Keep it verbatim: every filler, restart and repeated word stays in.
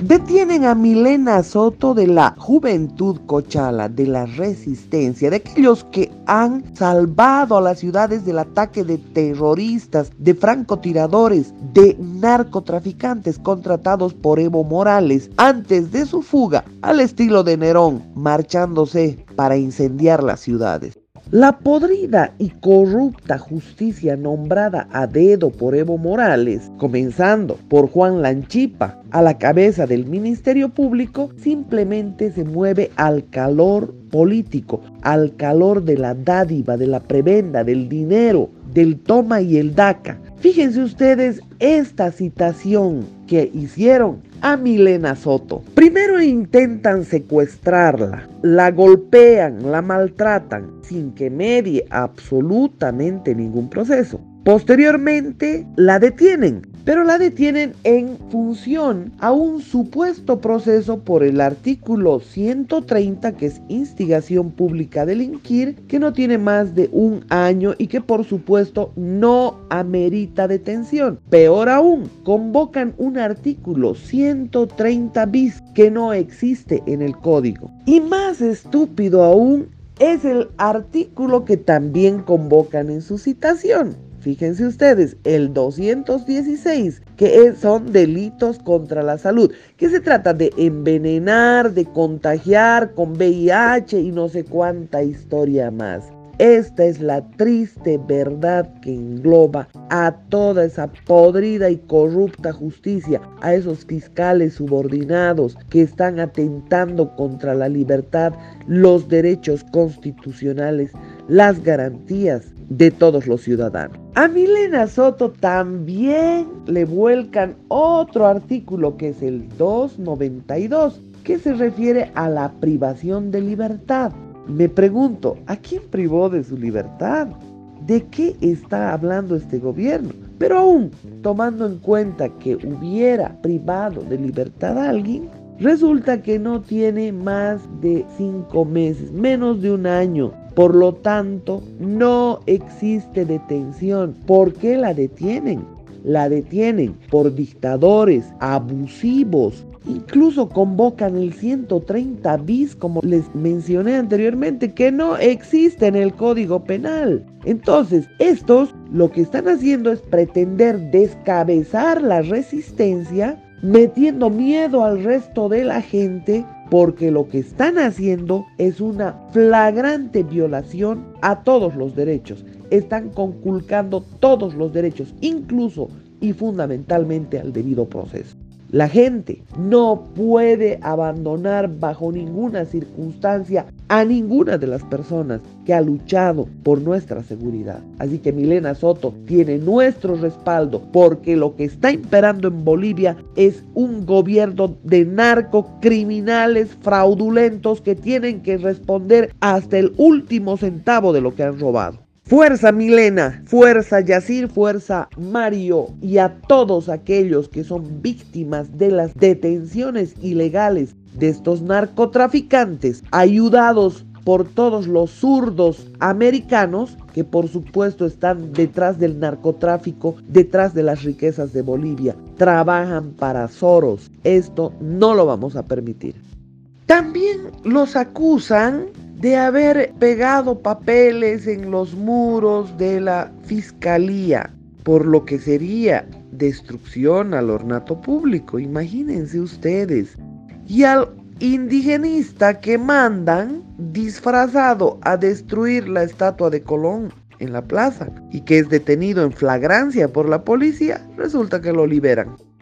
Detienen a Milena Soto de la Juventud Cochala, de la Resistencia, de aquellos que han salvado a las ciudades del ataque de terroristas, de francotiradores, de narcotraficantes contratados por Evo Morales antes de su fuga, al estilo de Nerón, marchándose para incendiar las ciudades. La podrida y corrupta justicia nombrada a dedo por Evo Morales, comenzando por Juan Lanchipa a la cabeza del Ministerio Público, simplemente se mueve al calor político, al calor de la dádiva, de la prebenda, del dinero, del toma y el daca. Fíjense ustedes esta citación que hicieron a Milena Soto. Primero intentan secuestrarla, la golpean, la maltratan, sin que medie absolutamente ningún proceso. Posteriormente la detienen, pero la detienen en función a un supuesto proceso por el artículo ciento treinta, que es instigación pública a delinquir, que no tiene más de un año y que por supuesto no amerita detención. Peor aún, convocan un artículo ciento treinta bis que no existe en el código. Y más estúpido aún es el artículo que también convocan en su citación. Fíjense ustedes, el doscientos dieciséis, que es, son delitos contra la salud, que se trata de envenenar, de contagiar con V I H y no sé cuánta historia más. Esta es la triste verdad que engloba a toda esa podrida y corrupta justicia, a esos fiscales subordinados que están atentando contra la libertad, los derechos constitucionales, las garantías de todos los ciudadanos. A Milena Soto también le vuelcan otro artículo, que es el doscientos noventa y dos, que se refiere a la privación de libertad. Me pregunto, ¿a quién privó de su libertad? ¿De qué está hablando este gobierno? Pero aún tomando en cuenta que hubiera privado de libertad a alguien, resulta que no tiene más de cinco meses, menos de un año. Por lo tanto, no existe detención. ¿Por qué la detienen? La detienen por dictadores abusivos. Incluso convocan el ciento treinta bis, como les mencioné anteriormente, que no existe en el Código Penal. Entonces, estos lo que están haciendo es pretender descabezar la resistencia, metiendo miedo al resto de la gente, porque lo que están haciendo es una flagrante violación a todos los derechos. Están conculcando todos los derechos, incluso y fundamentalmente al debido proceso. La gente no puede abandonar bajo ninguna circunstancia a ninguna de las personas que ha luchado por nuestra seguridad. Así que Milena Soto tiene nuestro respaldo, porque lo que está imperando en Bolivia es un gobierno de narcocriminales fraudulentos que tienen que responder hasta el último centavo de lo que han robado. Fuerza Milena, fuerza Yacir, fuerza Mario y a todos aquellos que son víctimas de las detenciones ilegales de estos narcotraficantes, ayudados por todos los zurdos americanos que por supuesto están detrás del narcotráfico, detrás de las riquezas de Bolivia, trabajan para Soros. Esto no lo vamos a permitir. También los acusan de haber pegado papeles en los muros de la fiscalía, por lo que sería destrucción al ornato público, imagínense ustedes. Y al indigenista que mandan disfrazado a destruir la estatua de Colón en la plaza y que es detenido en flagrancia por la policía, resulta que lo liberan.